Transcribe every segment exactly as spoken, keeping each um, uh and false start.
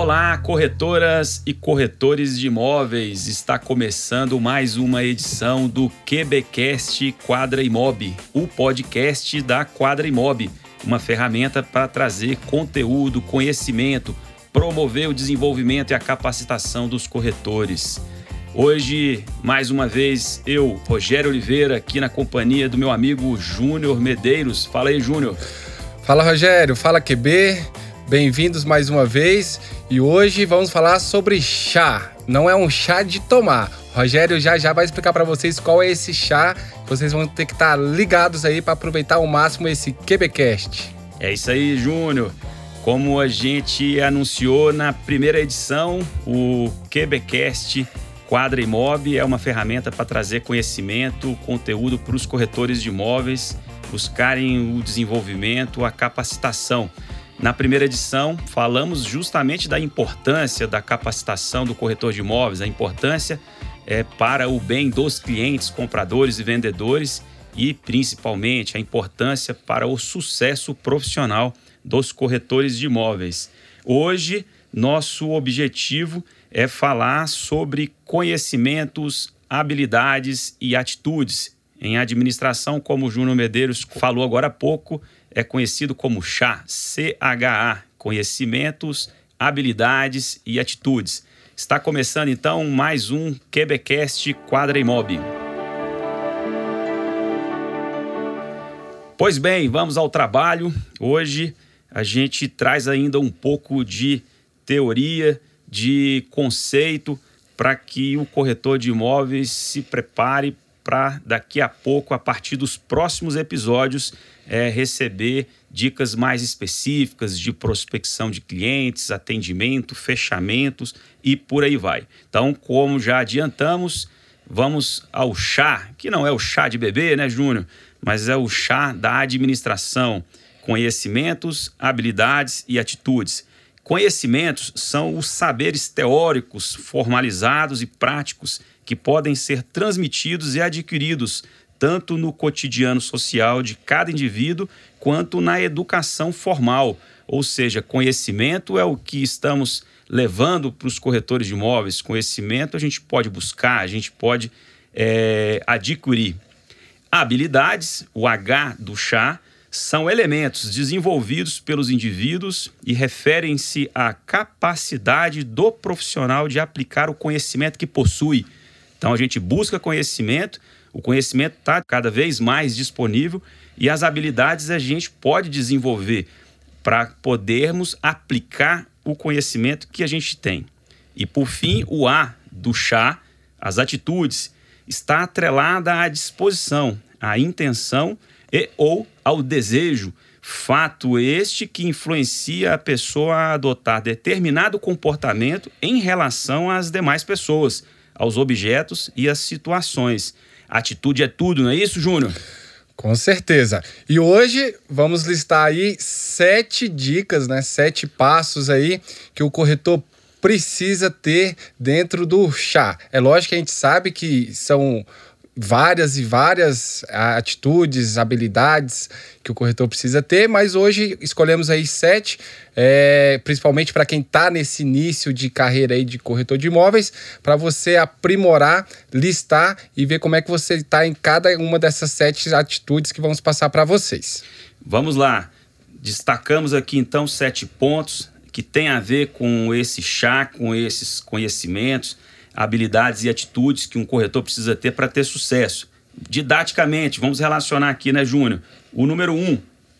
Olá, corretoras e corretores de imóveis! Está começando mais uma edição do QBcast Quadra Imob, o podcast da Quadra Imob, uma ferramenta para trazer conteúdo, conhecimento, promover o desenvolvimento e a capacitação dos corretores. Hoje, mais uma vez, eu, Rogério Oliveira, aqui na companhia do meu amigo Júnior Medeiros. Fala aí, Júnior. Fala, Rogério. Fala, Q B. Bem-vindos mais uma vez. E hoje vamos falar sobre chá. Não é um chá de tomar. O Rogério já já vai explicar para vocês qual é esse chá. Vocês vão ter que estar ligados aí para aproveitar ao máximo esse QBcast. É isso aí, Júnior. Como a gente anunciou na primeira edição, o QBcast Quadra Imob é uma ferramenta para trazer conhecimento, conteúdo para os corretores de imóveis buscarem o desenvolvimento, a capacitação. Na primeira edição, falamos justamente da importância da capacitação do corretor de imóveis, a importância é, para o bem dos clientes, compradores e vendedores e, principalmente, a importância para o sucesso profissional dos corretores de imóveis. Hoje, nosso objetivo é falar sobre conhecimentos, habilidades e atitudes. Em administração, como o Júnior Medeiros falou agora há pouco, é conhecido como chá, C H A, conhecimentos, habilidades e atitudes. Está começando então mais um QBcast Quadra Imob. Pois bem, vamos ao trabalho. Hoje a gente traz ainda um pouco de teoria, de conceito, para que o corretor de imóveis se prepare para daqui a pouco, a partir dos próximos episódios, é, receber dicas mais específicas de prospecção de clientes, atendimento, fechamentos e por aí vai. Então, como já adiantamos, vamos ao chá, que não é o chá de bebê, né, Júnior? Mas é o chá da administração, conhecimentos, habilidades e atitudes. Conhecimentos são os saberes teóricos, formalizados e práticos que podem ser transmitidos e adquiridos tanto no cotidiano social de cada indivíduo quanto na educação formal. Ou seja, conhecimento é o que estamos levando para os corretores de imóveis. Conhecimento a gente pode buscar, a gente pode é, adquirir. Habilidades, o H do chá, são elementos desenvolvidos pelos indivíduos e referem-se à capacidade do profissional de aplicar o conhecimento que possui. Então, a gente busca conhecimento, o conhecimento está cada vez mais disponível e as habilidades a gente pode desenvolver para podermos aplicar o conhecimento que a gente tem. E, por fim, o A do chá, as atitudes, está atrelada à disposição, à intenção e ou ao desejo, fato este que influencia a pessoa a adotar determinado comportamento em relação às demais pessoas, aos objetos e às situações. Atitude é tudo, não é isso, Júnior? Com certeza. E hoje vamos listar aí sete dicas, né? Sete passos aí que o corretor precisa ter dentro do chá. É lógico que a gente sabe que são várias e várias atitudes, habilidades que o corretor precisa ter, mas hoje escolhemos aí sete, é, principalmente para quem está nesse início de carreira aí de corretor de imóveis, para você aprimorar, listar e ver como é que você está em cada uma dessas sete atitudes que vamos passar para vocês. Vamos lá, destacamos aqui então sete pontos que tem a ver com esse chá, com esses conhecimentos, habilidades e atitudes que um corretor precisa ter para ter sucesso. Didaticamente, vamos relacionar aqui, né, Júnior? O número um,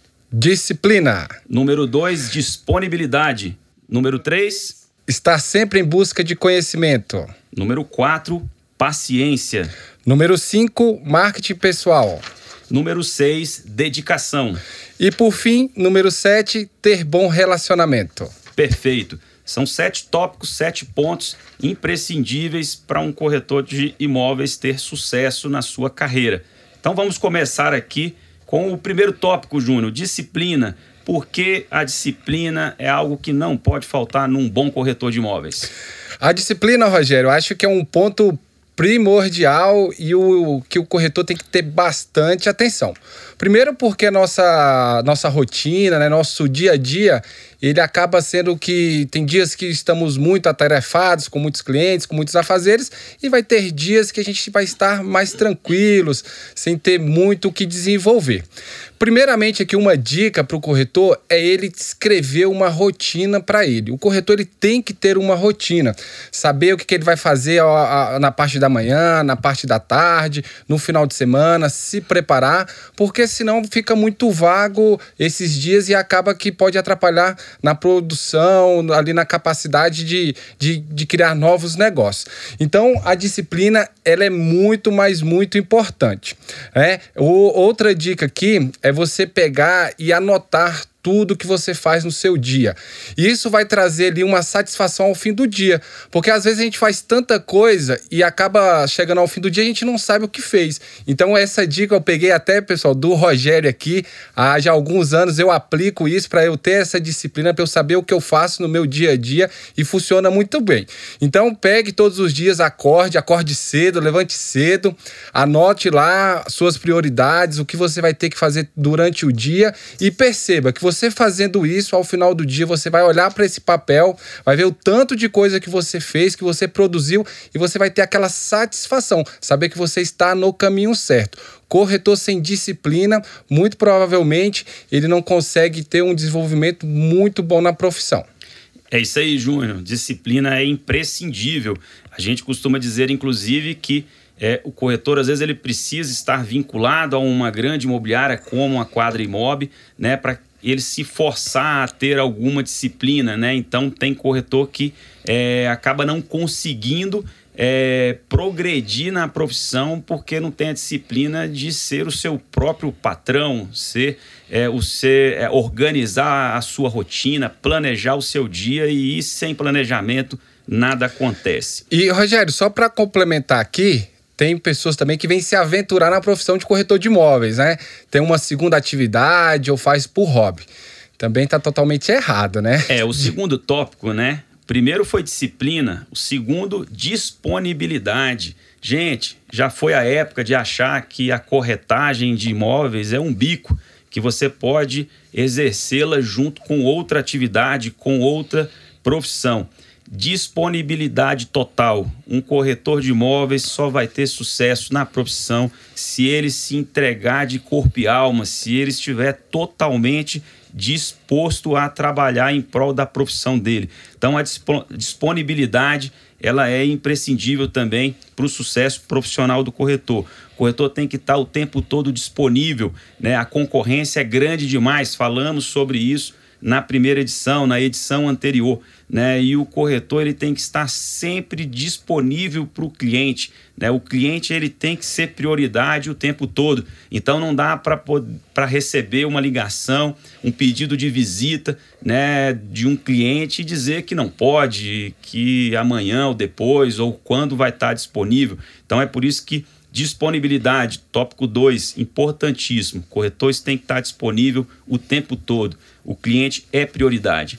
disciplina. Número dois, disponibilidade. Número três, estar sempre em busca de conhecimento. Número quatro, paciência. Número cinco, marketing pessoal. Número seis, dedicação. E por fim, número sete, ter bom relacionamento. Perfeito. São sete tópicos, sete pontos imprescindíveis para um corretor de imóveis ter sucesso na sua carreira. Então vamos começar aqui com o primeiro tópico, Júnior, disciplina. Porque a disciplina é algo que não pode faltar num bom corretor de imóveis. A disciplina, Rogério, eu acho que é um ponto primordial e o que o corretor tem que ter bastante atenção. Primeiro porque a nossa, nossa rotina, né, nosso dia a dia ele acaba sendo que tem dias que estamos muito atarefados, com muitos clientes, com muitos afazeres, e vai ter dias que a gente vai estar mais tranquilos, sem ter muito o que desenvolver. Primeiramente, aqui uma dica para o corretor é ele escrever uma rotina para ele. O corretor ele tem que ter uma rotina, saber o que, que ele vai fazer a, a, na parte da manhã, na parte da tarde, no final de semana, se preparar, porque senão fica muito vago esses dias e acaba que pode atrapalhar na produção, ali na capacidade de, de, de criar novos negócios. Então, a disciplina ela é muito, mas muito importante. É? O, outra dica aqui é você pegar e anotar tudo que você faz no seu dia. E isso vai trazer ali uma satisfação ao fim do dia, porque às vezes a gente faz tanta coisa e acaba chegando ao fim do dia e a gente não sabe o que fez. Então essa dica eu peguei até, pessoal, do Rogério aqui, há já alguns anos eu aplico isso para eu ter essa disciplina, para eu saber o que eu faço no meu dia a dia e funciona muito bem. Então pegue todos os dias, acorde, acorde cedo, levante cedo, anote lá suas prioridades, o que você vai ter que fazer durante o dia e perceba que você Você fazendo isso, ao final do dia, você vai olhar para esse papel, vai ver o tanto de coisa que você fez, que você produziu, e você vai ter aquela satisfação, saber que você está no caminho certo. Corretor sem disciplina, muito provavelmente, ele não consegue ter um desenvolvimento muito bom na profissão. É isso aí, Júnior. Disciplina é imprescindível. A gente costuma dizer, inclusive, que É, o corretor, às vezes, ele precisa estar vinculado a uma grande imobiliária como a Quadra Imob, né, para ele se forçar a ter alguma disciplina, né? Então, tem corretor que é, acaba não conseguindo é, progredir na profissão porque não tem a disciplina de ser o seu próprio patrão, ser, é, o ser, é, organizar a sua rotina, planejar o seu dia, e sem planejamento nada acontece. E, Rogério, só para complementar aqui, tem pessoas também que vêm se aventurar na profissão de corretor de imóveis, né? Tem uma segunda atividade ou faz por hobby. Também está totalmente errado, né? É, o segundo tópico, né? Primeiro foi disciplina, o segundo, disponibilidade. Gente, já foi a época de achar que a corretagem de imóveis é um bico, que você pode exercê-la junto com outra atividade, com outra profissão. Disponibilidade total. Um corretor de imóveis só vai ter sucesso na profissão se ele se entregar de corpo e alma, se ele estiver totalmente disposto a trabalhar em prol da profissão dele. Então, a disponibilidade ela é imprescindível também para o sucesso profissional do corretor. O corretor tem que estar o tempo todo disponível, né? A concorrência é grande demais, falamos sobre isso na primeira edição, na edição anterior, né? E o corretor ele tem que estar sempre disponível para o cliente, né? O cliente ele tem que ser prioridade o tempo todo. Então não dá para receber uma ligação, um pedido de visita, né, de um cliente e dizer que não pode, que amanhã ou depois ou quando vai estar disponível. Então é por isso que disponibilidade, tópico dois, importantíssimo. Corretores têm que estar disponível o tempo todo. O cliente é prioridade.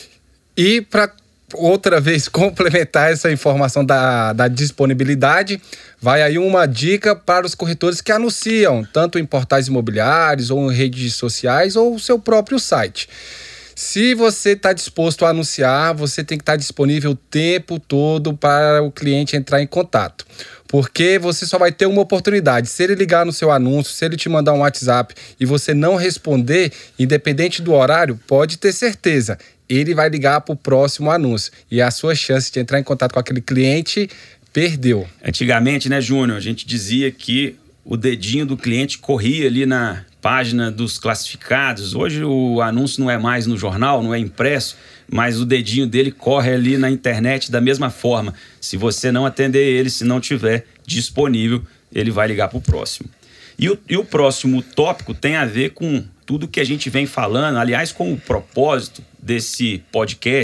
E para outra vez complementar essa informação da, da disponibilidade, vai aí uma dica para os corretores que anunciam, tanto em portais imobiliários ou em redes sociais ou o seu próprio site. Se você está disposto a anunciar, você tem que estar disponível o tempo todo para o cliente entrar em contato. Porque você só vai ter uma oportunidade. Se ele ligar no seu anúncio, se ele te mandar um WhatsApp e você não responder, independente do horário, pode ter certeza, ele vai ligar para o próximo anúncio. E a sua chance de entrar em contato com aquele cliente perdeu. Antigamente, né, Júnior, a gente dizia que o dedinho do cliente corria ali na página dos classificados. Hoje o anúncio não é mais no jornal, não é impresso, mas o dedinho dele corre ali na internet da mesma forma. Se você não atender ele, se não tiver disponível, ele vai ligar para o próximo. E o, e o próximo tópico tem a ver com tudo que a gente vem falando, aliás, com o propósito desse podcast,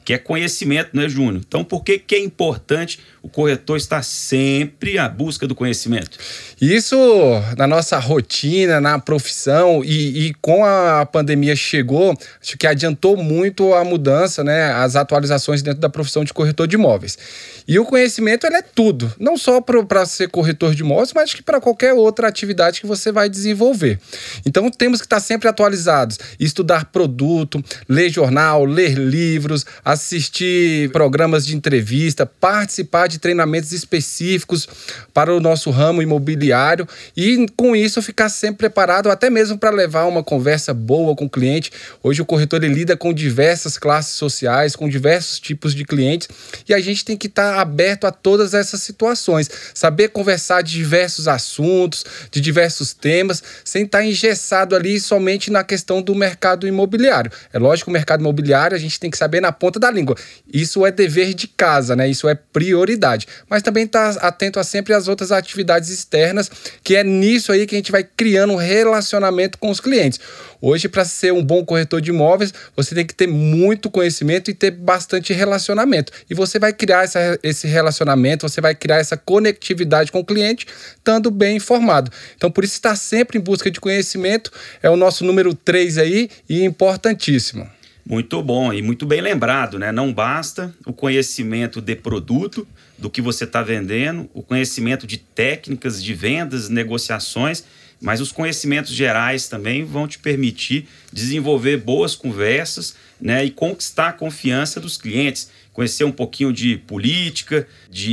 que é conhecimento, né, Júnior? Então, por que, que é importante o corretor estar sempre à busca do conhecimento? Isso na nossa rotina, na profissão e, e com a pandemia chegou, acho que adiantou muito a mudança, né, as atualizações dentro da profissão de corretor de imóveis. E o conhecimento ele é tudo, não só para ser corretor de imóveis, mas que para qualquer outra atividade que você vai desenvolver. Então temos que estar sempre atualizados, estudar produto, ler jornal, ler livros, assistir programas de entrevista, participar de treinamentos específicos para o nosso ramo imobiliário e com isso ficar sempre preparado até mesmo para levar uma conversa boa com o cliente. Hoje o corretor ele lida com diversas classes sociais, com diversos tipos de clientes e a gente tem que estar aberto a todas essas situações, saber conversar de diversos assuntos, de diversos temas, sem estar engessado ali somente na questão do mercado imobiliário. É lógico que o mercado imobiliário a gente tem que saber na ponta da língua. Isso é dever de casa, né? Isso é prioridade. Mas também estar atento a sempre às outras atividades externas, que é nisso aí que a gente vai criando um relacionamento com os clientes. Hoje, para ser um bom corretor de imóveis, você tem que ter muito conhecimento e ter bastante relacionamento. E você vai criar essa, esse relacionamento, você vai criar essa conectividade com o cliente, estando bem informado. Então, por isso, estar sempre em busca de conhecimento é o nosso número três aí e importantíssimo. Muito bom e muito bem lembrado, né? Não basta o conhecimento de produto, do que você está vendendo, o conhecimento de técnicas de vendas, negociações, mas os conhecimentos gerais também vão te permitir desenvolver boas conversas, né, e conquistar a confiança dos clientes, conhecer um pouquinho de política,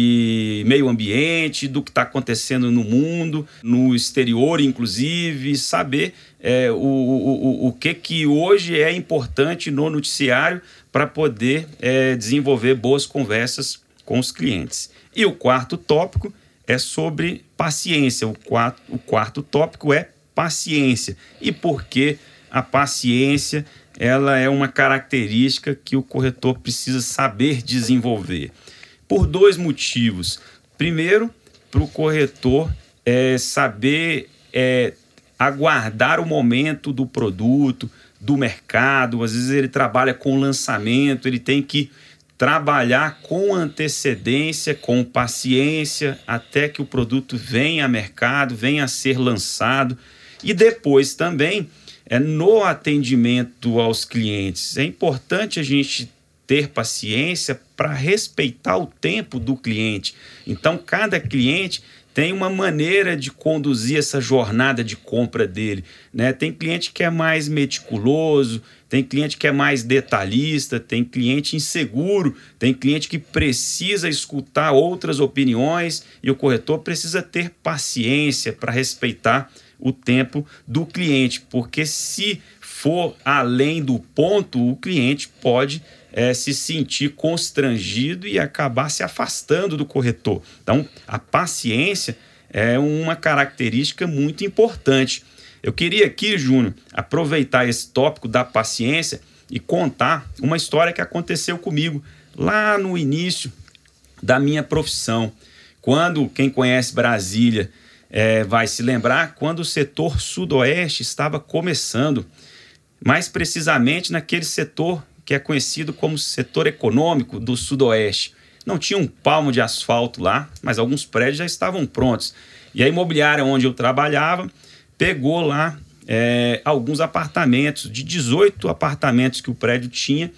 de meio ambiente, do que está acontecendo no mundo, no exterior inclusive, saber é, o, o, o, o que, que hoje é importante no noticiário para poder é, desenvolver boas conversas com os clientes. E o quarto tópico é sobre paciência. O quarto, o quarto tópico é paciência. E por que a paciência ela é uma característica que o corretor precisa saber desenvolver? Por dois motivos. Primeiro, para o corretor é, saber é, aguardar o momento do produto, do mercado. Às vezes ele trabalha com lançamento, ele tem que trabalhar com antecedência, com paciência, até que o produto venha a mercado, venha a ser lançado. E depois também, é, no atendimento aos clientes, é importante a gente ter paciência para respeitar o tempo do cliente. Então, cada cliente tem uma maneira de conduzir essa jornada de compra dele, né? Tem cliente que é mais meticuloso, tem cliente que é mais detalhista, tem cliente inseguro, tem cliente que precisa escutar outras opiniões e o corretor precisa ter paciência para respeitar o tempo do cliente, porque se for além do ponto, o cliente pode é, se sentir constrangido e acabar se afastando do corretor. Então, a paciência é uma característica muito importante. Eu queria aqui, Júnior, aproveitar esse tópico da paciência e contar uma história que aconteceu comigo lá no início da minha profissão. Quando, quem conhece Brasília é, vai se lembrar, quando o setor sudoeste estava começando, mais precisamente naquele setor que é conhecido como setor econômico do sudoeste. Não tinha um palmo de asfalto lá, mas alguns prédios já estavam prontos. E a imobiliária onde eu trabalhava pegou lá é, alguns apartamentos, de dezoito apartamentos que o prédio tinha,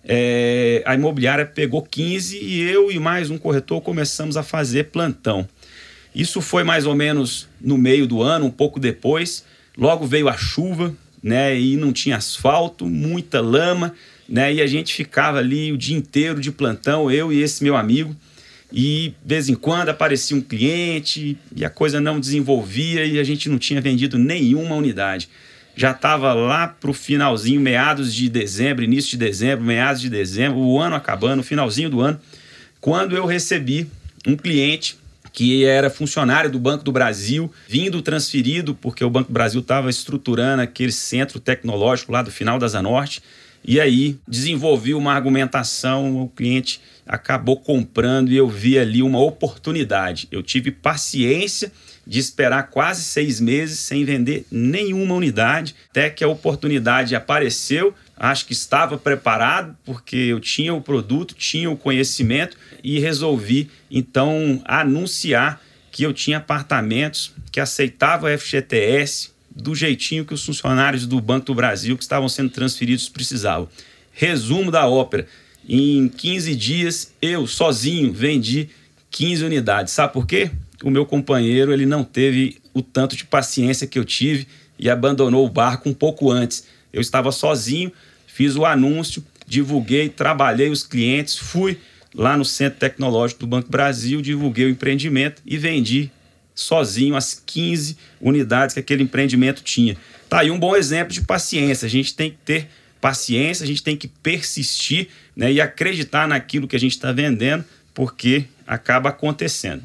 é, a imobiliária pegou quinze e eu e mais um corretor começamos a fazer plantão. Isso foi mais ou menos no meio do ano, um pouco depois. Logo veio a chuva, né, e não tinha asfalto, muita lama, né, e a gente ficava ali o dia inteiro de plantão, eu e esse meu amigo, e de vez em quando aparecia um cliente e a coisa não desenvolvia e a gente não tinha vendido nenhuma unidade. Já estava lá para o finalzinho, meados de dezembro, início de dezembro, meados de dezembro, o ano acabando, finalzinho do ano, quando eu recebi um cliente que era funcionário do Banco do Brasil, vindo transferido, porque o Banco do Brasil estava estruturando aquele centro tecnológico lá do final da Zanorte, e aí desenvolvi uma argumentação, o cliente acabou comprando e eu vi ali uma oportunidade. Eu tive paciência de esperar quase seis meses sem vender nenhuma unidade, até que a oportunidade apareceu, acho que estava preparado, porque eu tinha o produto, tinha o conhecimento e resolvi, então, anunciar que eu tinha apartamentos que aceitavam F G T S do jeitinho que os funcionários do Banco do Brasil que estavam sendo transferidos precisavam. Resumo da ópera. Em quinze dias, eu, sozinho, vendi quinze unidades. Sabe por quê? O meu companheiro ele não teve o tanto de paciência que eu tive e abandonou o barco um pouco antes. Eu estava sozinho, fiz o anúncio, divulguei, trabalhei os clientes, fui lá no Centro Tecnológico do Banco do Brasil, divulguei o empreendimento e vendi sozinho as quinze unidades que aquele empreendimento tinha. Tá aí um bom exemplo de paciência. A gente tem que ter paciência, a gente tem que persistir, né, e acreditar naquilo que a gente está vendendo, porque acaba acontecendo.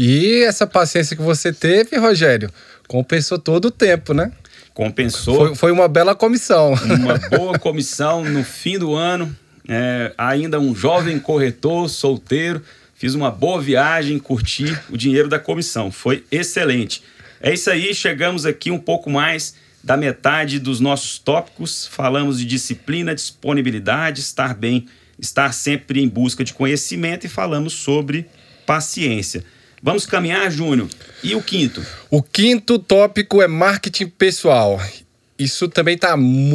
E essa paciência que você teve, Rogério, compensou todo o tempo, né? Compensou. Foi, foi uma bela comissão. Uma boa comissão no fim do ano. É, ainda um jovem corretor, solteiro. Fiz uma boa viagem, curti o dinheiro da comissão. Foi excelente. É isso aí, chegamos aqui um pouco mais da metade dos nossos tópicos. Falamos de disciplina, disponibilidade, estar bem, estar sempre em busca de conhecimento e falamos sobre paciência. Vamos caminhar, Júnior. E o quinto? O quinto tópico é marketing pessoal. Isso também está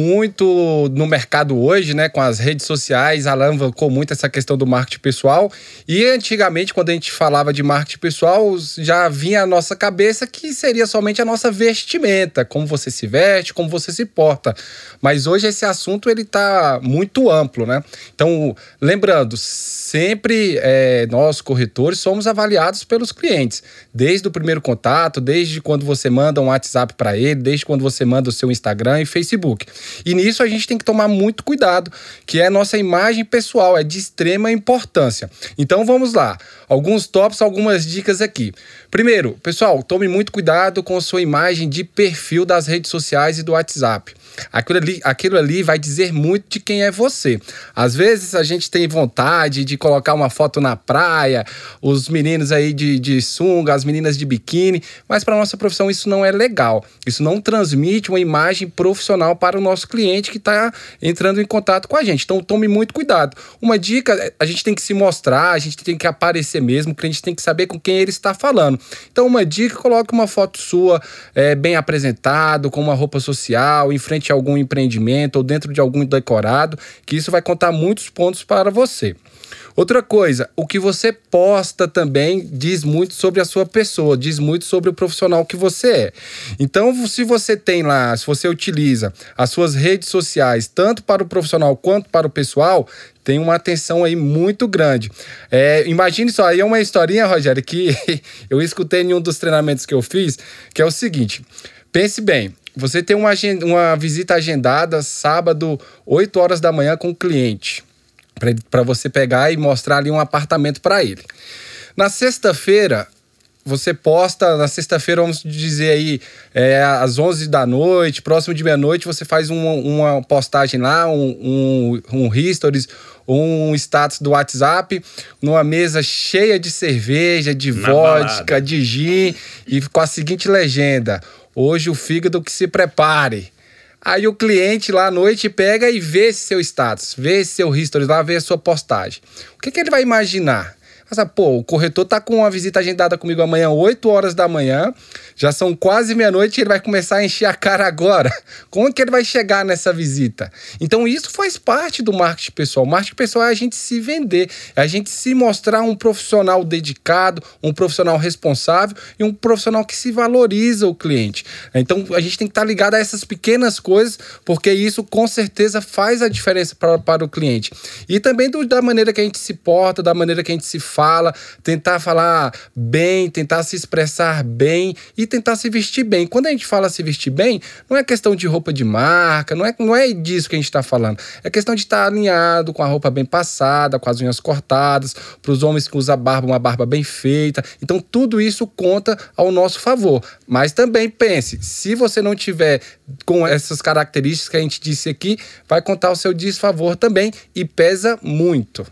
muito no mercado hoje, né? Com as redes sociais, alavancou muito essa questão do marketing pessoal. E antigamente, quando a gente falava de marketing pessoal, já vinha à nossa cabeça que seria somente a nossa vestimenta, como você se veste, como você se porta. Mas hoje esse assunto ele está muito amplo, né? Então, lembrando, sempre é, nós, corretores, somos avaliados pelos clientes. Desde o primeiro contato, desde quando você manda um WhatsApp para ele, desde quando você manda o seu Instagram, Instagram e Facebook. E nisso a gente tem que tomar muito cuidado, que é a nossa imagem pessoal, é de extrema importância. Então vamos lá, alguns tops, algumas dicas aqui. Primeiro, pessoal, tome muito cuidado com a sua imagem de perfil das redes sociais e do WhatsApp. Aquilo ali, aquilo ali vai dizer muito de quem é você. Às vezes a gente tem vontade de colocar uma foto na praia, os meninos aí de, de sunga, as meninas de biquíni, mas para a nossa profissão isso não é legal. Isso não transmite uma imagem profissional para o nosso cliente que está entrando em contato com a gente. Então tome muito cuidado. Uma dica, a gente tem que se mostrar, a gente tem que aparecer mesmo, o cliente tem que saber com quem ele está falando. Então uma dica, coloque uma foto sua é, bem apresentado, com uma roupa social, em frente a algum empreendimento ou dentro de algum decorado, que isso vai contar muitos pontos para você. Outra coisa, o que você posta também diz muito sobre a sua pessoa, diz muito sobre o profissional que você é. Então, se você tem lá, se você utiliza as suas redes sociais, tanto para o profissional quanto para o pessoal, tem uma atenção aí muito grande. É, imagine só, aí é uma historinha, Rogério, que eu escutei em um dos treinamentos que eu fiz, que é o seguinte, pense bem, você tem uma, uma visita agendada sábado, oito horas da manhã com o cliente, para você pegar e mostrar ali um apartamento para ele. Na sexta-feira, você posta, na sexta-feira, vamos dizer aí, é, às onze da noite, próximo de meia-noite, você faz uma, uma postagem lá, um, um, um stories, um status do WhatsApp, numa mesa cheia de cerveja, de Na vodka, balada. de gin, e com a seguinte legenda: hoje o fígado que se prepare. Aí o cliente lá à noite pega e vê esse seu status, vê esse seu history lá, vê a sua postagem. O que, que ele vai imaginar? Mas, pô, o corretor tá com uma visita agendada comigo amanhã, oito horas da manhã, já são quase meia-noite e ele vai começar a encher a cara agora. Como que ele vai chegar nessa visita? Então isso faz parte do marketing pessoal. O marketing pessoal é a gente se vender, é a gente se mostrar um profissional dedicado, um profissional responsável e um profissional que se valoriza o cliente. Então a gente tem que estar ligado a essas pequenas coisas, porque isso com certeza faz a diferença para, para o cliente. E também do, da maneira que a gente se porta, da maneira que a gente se fala, tentar falar bem, tentar se expressar bem e tentar se vestir bem. Quando a gente fala se vestir bem, não é questão de roupa de marca, não é, não é disso que a gente está falando. É questão de estar alinhado com a roupa bem passada, com as unhas cortadas, para os homens que usam barba, uma barba bem feita. Então tudo isso conta ao nosso favor. Mas também pense, se você não tiver com essas características que a gente disse aqui, vai contar ao seu desfavor também e pesa muito.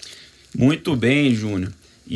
Muito bem, Júnior.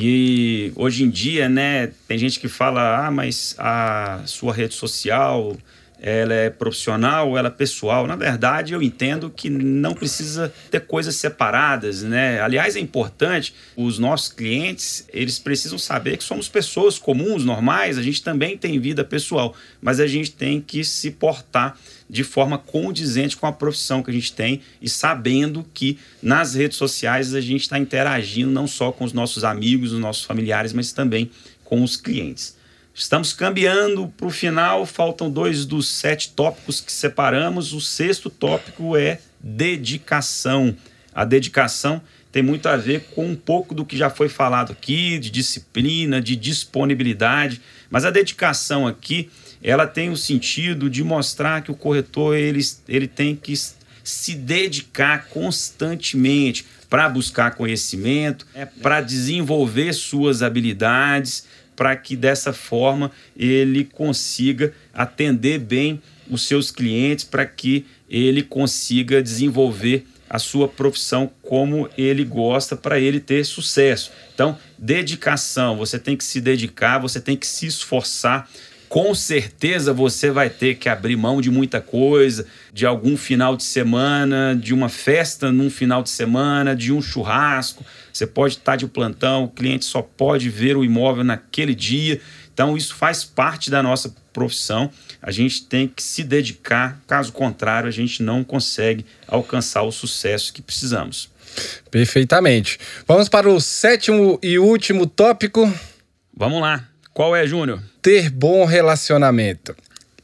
E hoje em dia, né, tem gente que fala, ah, mas a sua rede social ela é profissional, ela é pessoal. Na verdade, eu entendo que não precisa ter coisas separadas, né? Aliás, é importante, os nossos clientes, eles precisam saber que somos pessoas comuns, normais, a gente também tem vida pessoal, mas a gente tem que se portar de forma condizente com a profissão que a gente tem e sabendo que nas redes sociais a gente está interagindo não só com os nossos amigos, os nossos familiares, mas também com os clientes. Estamos caminhando para o final, faltam dois dos sete tópicos que separamos. O sexto tópico é dedicação. A dedicação tem muito a ver com um pouco do que já foi falado aqui, de disciplina, de disponibilidade, mas a dedicação aqui, ela tem o sentido de mostrar que o corretor ele, ele tem que se dedicar constantemente para buscar conhecimento, é, para desenvolver suas habilidades, para que dessa forma ele consiga atender bem os seus clientes, para que ele consiga desenvolver a sua profissão como ele gosta, para ele ter sucesso. Então, dedicação, você tem que se dedicar, você tem que se esforçar. Com certeza você vai ter que abrir mão de muita coisa, de algum final de semana, de uma festa num final de semana, de um churrasco. Você pode estar de plantão, o cliente só pode ver o imóvel naquele dia. Então isso faz parte da nossa profissão. A gente tem que se dedicar, caso contrário a gente não consegue alcançar o sucesso que precisamos. Perfeitamente. Vamos para o sétimo e último tópico. Vamos lá. Qual é, Júnior? Ter bom relacionamento.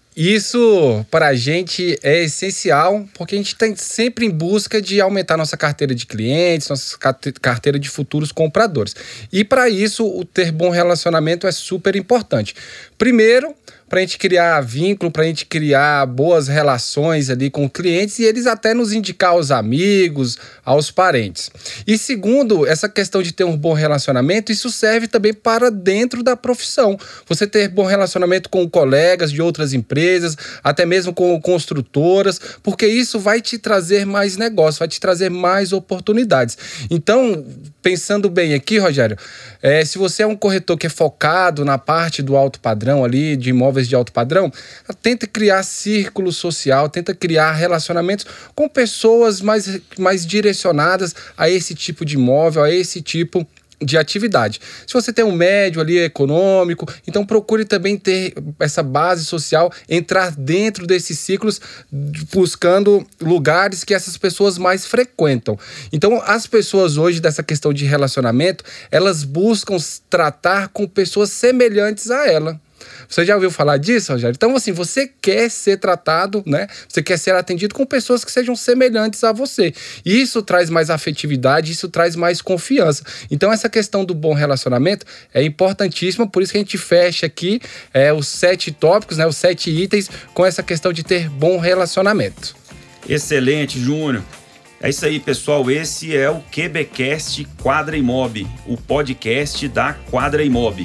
Isso, para a gente, é essencial, porque a gente está sempre em busca de aumentar nossa carteira de clientes, nossa carteira de futuros compradores. E, para isso, o ter bom relacionamento é super importante. Primeiro, para a gente criar vínculo, para a gente criar boas relações ali com clientes e eles até nos indicar aos amigos, aos parentes. E segundo, essa questão de ter um bom relacionamento, isso serve também para dentro da profissão. Você ter bom relacionamento com colegas de outras empresas, até mesmo com construtoras, porque isso vai te trazer mais negócio, vai te trazer mais oportunidades. Então, pensando bem aqui, Rogério, é, se você é um corretor que é focado na parte do alto padrão ali, de imóveis de alto padrão, tenta criar círculo social, tenta criar relacionamentos com pessoas mais, mais direcionadas a esse tipo de imóvel, a esse tipo de atividade. Se você tem um médio ali econômico, então procure também ter essa base social, entrar dentro desses ciclos, buscando lugares que essas pessoas mais frequentam. Então, as pessoas hoje, dessa questão de relacionamento, elas buscam tratar com pessoas semelhantes a ela. Você já ouviu falar disso, Rogério? Então, assim, você quer ser tratado, né? Você quer ser atendido com pessoas que sejam semelhantes a você. Isso traz mais afetividade, isso traz mais confiança. Então, essa questão do bom relacionamento é importantíssima, por isso que a gente fecha aqui é, os sete tópicos, né? Os sete itens com essa questão de ter bom relacionamento. Excelente, Júnior. É isso aí, pessoal. Esse é o QBcast Quadra Imob, o podcast da Quadra Imob.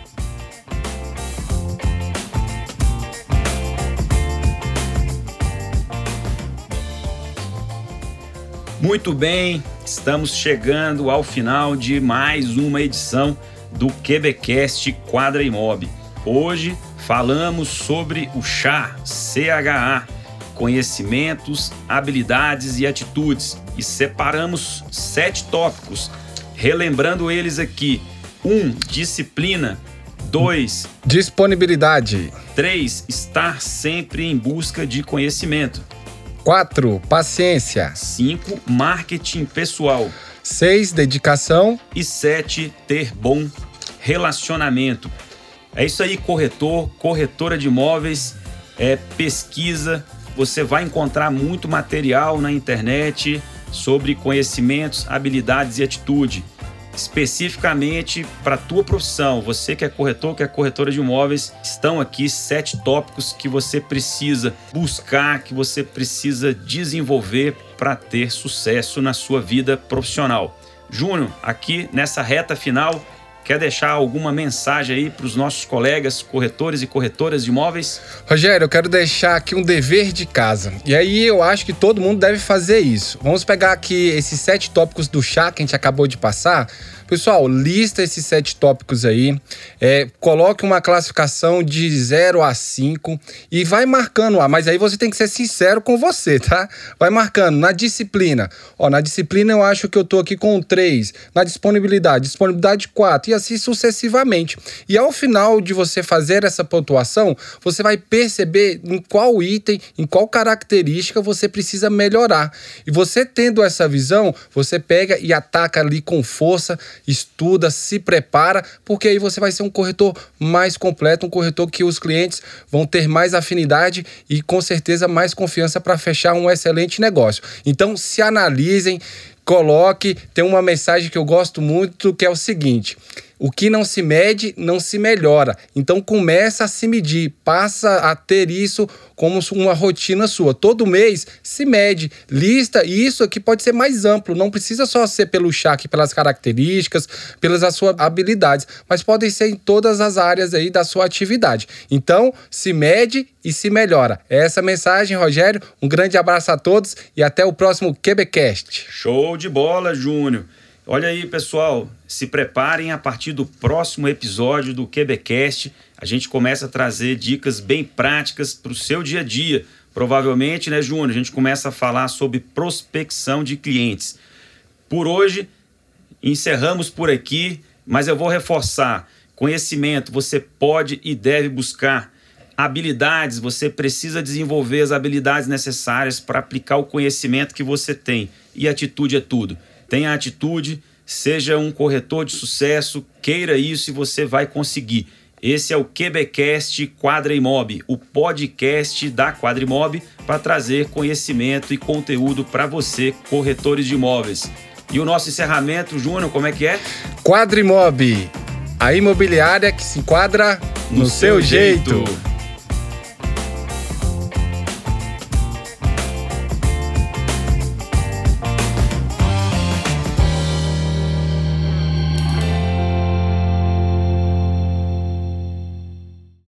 Muito bem, estamos chegando ao final de mais uma edição do QBcast Quadra Imob. Hoje falamos sobre o C H A, C H A, conhecimentos, habilidades e atitudes, e separamos sete tópicos, relembrando eles aqui. um. Disciplina. dois. Disponibilidade. três. Estar sempre em busca de conhecimento. quatro. Paciência. cinco. Marketing pessoal. seis. Dedicação. E sete. Ter bom relacionamento. É isso aí, corretor, corretora de imóveis, é pesquisa. Você vai encontrar muito material na internet sobre conhecimentos, habilidades e atitude. Especificamente para a tua profissão, você que é corretor, que é corretora de imóveis, estão aqui sete tópicos que você precisa buscar, que você precisa desenvolver para ter sucesso na sua vida profissional. Júnior, aqui nessa reta final, quer deixar alguma mensagem aí para os nossos colegas corretores e corretoras de imóveis? Rogério, eu quero deixar aqui um dever de casa. E aí eu acho que todo mundo deve fazer isso. Vamos pegar aqui esses sete tópicos do chá que a gente acabou de passar. Pessoal, lista esses sete tópicos aí, é, coloque uma classificação de zero a cinco e vai marcando lá, mas aí você tem que ser sincero com você, tá? Vai marcando. Na disciplina, ó, na disciplina eu acho que eu tô aqui com três, na disponibilidade, disponibilidade quatro, e assim sucessivamente. E ao final de você fazer essa pontuação, você vai perceber em qual item, em qual característica você precisa melhorar. E você tendo essa visão, você pega e ataca ali com força, estuda, se prepara, porque aí você vai ser um corretor mais completo, um corretor que os clientes vão ter mais afinidade e com certeza mais confiança para fechar um excelente negócio. Então se analisem, coloque, tem uma mensagem que eu gosto muito que é o seguinte: o que não se mede, não se melhora. Então começa a se medir, passa a ter isso como uma rotina sua. Todo mês se mede, lista, e isso aqui pode ser mais amplo, não precisa só ser pelo chá, aqui, pelas características, pelas suas habilidades, mas podem ser em todas as áreas aí da sua atividade. Então, se mede e se melhora. Essa é a mensagem, Rogério. Um grande abraço a todos e até o próximo QBcast. Show de bola, Júnior. Olha aí, pessoal, se preparem a partir do próximo episódio do QBcast. A gente começa a trazer dicas bem práticas para o seu dia a dia. Provavelmente, né, Júnior, a gente começa a falar sobre prospecção de clientes. Por hoje, encerramos por aqui, mas eu vou reforçar. Conhecimento, você pode e deve buscar. Habilidades, você precisa desenvolver as habilidades necessárias para aplicar o conhecimento que você tem. E atitude é tudo. Tenha atitude, seja um corretor de sucesso, queira isso e você vai conseguir. Esse é o QBcast Quadra-Imob, o podcast da Quadra-Imob para trazer conhecimento e conteúdo para você, corretores de imóveis. E o nosso encerramento, Júnior, como é que é? Quadra-Imob, a imobiliária que se enquadra no, no seu, seu jeito. jeito.